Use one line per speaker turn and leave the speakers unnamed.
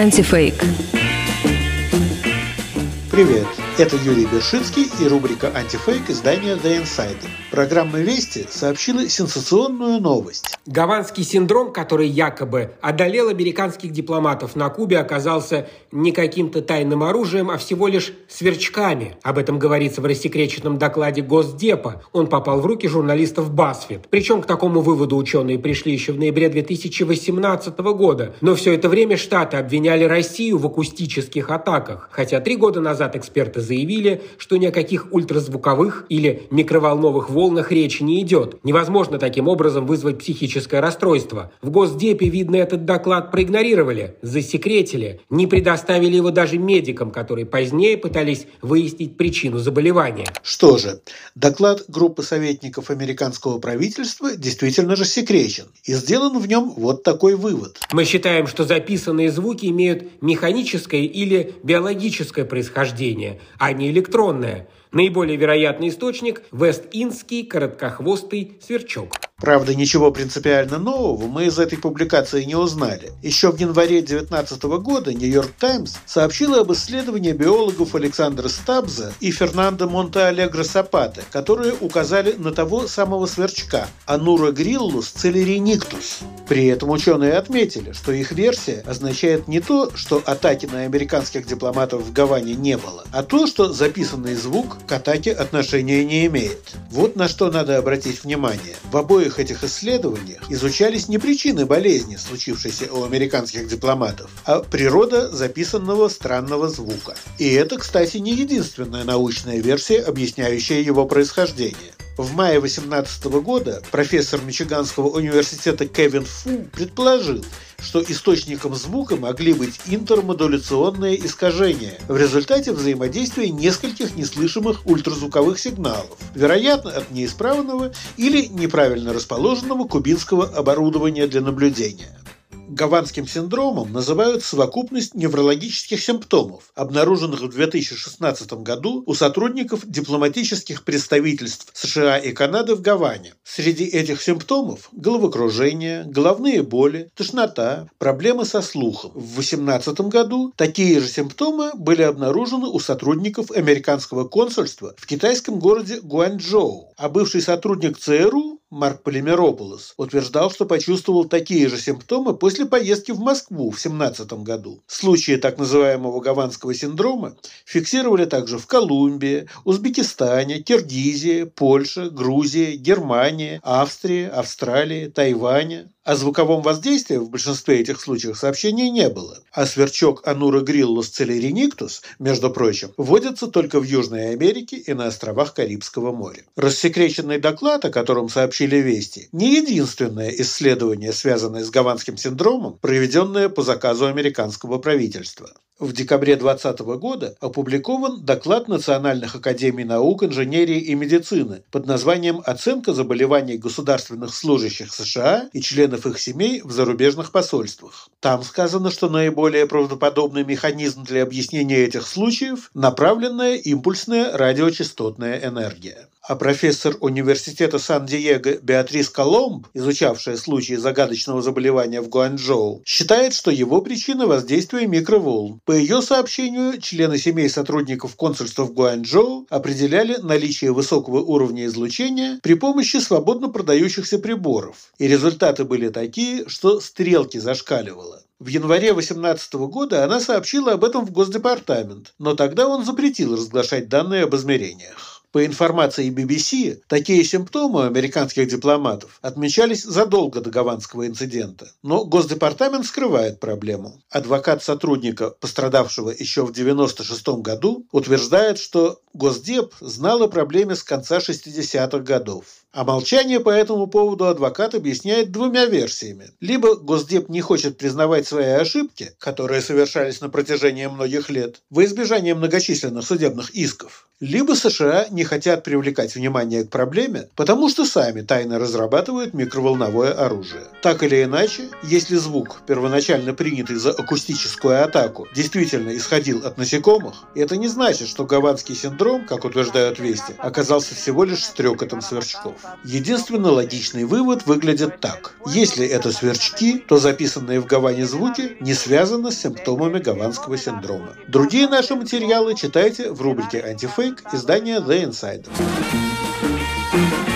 Антифейк.
Привет, это Юрий Бершицкий и рубрика «Антифейк» издания The Insider. Программа «Вести» сообщила сенсационную новость.
Гаванский синдром, который якобы одолел американских дипломатов на Кубе, оказался не каким-то тайным оружием, а всего лишь сверчками. Об этом говорится в рассекреченном докладе Госдепа. Он попал в руки журналистов BuzzFeed. Причем к такому выводу ученые пришли еще в ноябре 2018 года. Но все это время Штаты обвиняли Россию в акустических атаках. Хотя 3 года назад эксперты заявили, что ни о каких ультразвуковых или микроволновых волнах речи не идет. Невозможно таким образом вызвать психическое расстройство. В Госдепе, видно, этот доклад проигнорировали, засекретили, не предоставили его даже медикам, которые позднее пытались выяснить причину заболевания.
Что же, доклад группы советников американского правительства действительно рассекречен, и сделан в нем вот такой вывод.
Мы считаем, что записанные звуки имеют механическое или биологическое происхождение, а не электронное. Наиболее вероятный источник – Вест-Индский короткохвостый сверчок.
Правда, ничего принципиально нового мы из этой публикации не узнали. Еще в январе 2019 года «Нью-Йорк Таймс» сообщила об исследовании биологов Александра Стабза и Фернандо Монте-Алегро Сапаты, которые указали на того самого сверчка – Анура гриллус целериниктус. При этом ученые отметили, что их версия означает не то, что атаки на американских дипломатов в Гаване не было, а то, что записанный звук к атаке отношения не имеет. Вот на что надо обратить внимание. В обоих этих исследованиях изучались не причины болезни, случившейся у американских дипломатов, а природа записанного странного звука. И это, кстати, не единственная научная версия, объясняющая его происхождение. В мае 2018 года профессор Мичиганского университета Кевин Фу предположил, что источником звука могли быть интермодуляционные искажения в результате взаимодействия нескольких неслышимых ультразвуковых сигналов, вероятно, от неисправного или неправильно расположенного кубинского оборудования для наблюдения. Гаванским синдромом называют совокупность неврологических симптомов, обнаруженных в 2016 году у сотрудников дипломатических представительств США и Канады в Гаване. Среди этих симптомов – головокружение, головные боли, тошнота, проблемы со слухом. В 2018 году такие же симптомы были обнаружены у сотрудников американского консульства в китайском городе Гуанчжоу, а бывший сотрудник ЦРУ Марк Полимерополос утверждал, что почувствовал такие же симптомы после поездки в Москву в 2017 году. Случаи так называемого гаванского синдрома фиксировали также в Колумбии, Узбекистане, Киргизии, Польше, Грузии, Германии, Австрии, Австралии, Тайване. О звуковом воздействии в большинстве этих случаев сообщений не было, а сверчок Анура гриллус целериниктус, между прочим, водится только в Южной Америке и на островах Карибского моря. Рассекреченный доклад, о котором сообщили «Вести», не единственное исследование, связанное с гаванским синдромом, проведенное по заказу американского правительства. В декабре 2020 года опубликован доклад Национальных академий наук, инженерии и медицины под названием «Оценка заболеваний государственных служащих США и членов их семей в зарубежных посольствах». Там сказано, что наиболее правдоподобный механизм для объяснения этих случаев – направленная импульсная радиочастотная энергия. А профессор университета Сан-Диего Беатрис Коломб, изучавшая случаи загадочного заболевания в Гуанчжоу, считает, что его причина – воздействие микроволн. По ее сообщению, члены семей сотрудников консульства в Гуанчжоу определяли наличие высокого уровня излучения при помощи свободно продающихся приборов. И результаты были такие, что стрелки зашкаливало. В январе 2018 года она сообщила об этом в Госдепартамент, но тогда он запретил разглашать данные об измерениях. По информации BBC, такие симптомы у американских дипломатов отмечались задолго до гаванского инцидента. Но Госдепартамент скрывает проблему. Адвокат сотрудника, пострадавшего еще в 1996 году, утверждает, что Госдеп знал о проблеме с конца 60-х годов. А молчание по этому поводу адвокат объясняет 2 версиями. Либо Госдеп не хочет признавать свои ошибки, которые совершались на протяжении многих лет, во избежание многочисленных судебных исков, либо США не хотят привлекать внимание к проблеме, потому что сами тайно разрабатывают микроволновое оружие. Так или иначе, если звук, первоначально принятый за акустическую атаку, действительно исходил от насекомых, это не значит, что гаванский синдром, как утверждают «Вести», оказался всего лишь стрекотом сверчков. Единственно логичный вывод выглядит так. Если это сверчки, то записанные в Гаване звуки не связаны с симптомами гаванского синдрома. Другие наши материалы читайте в рубрике «Антифейк» издания The Insider.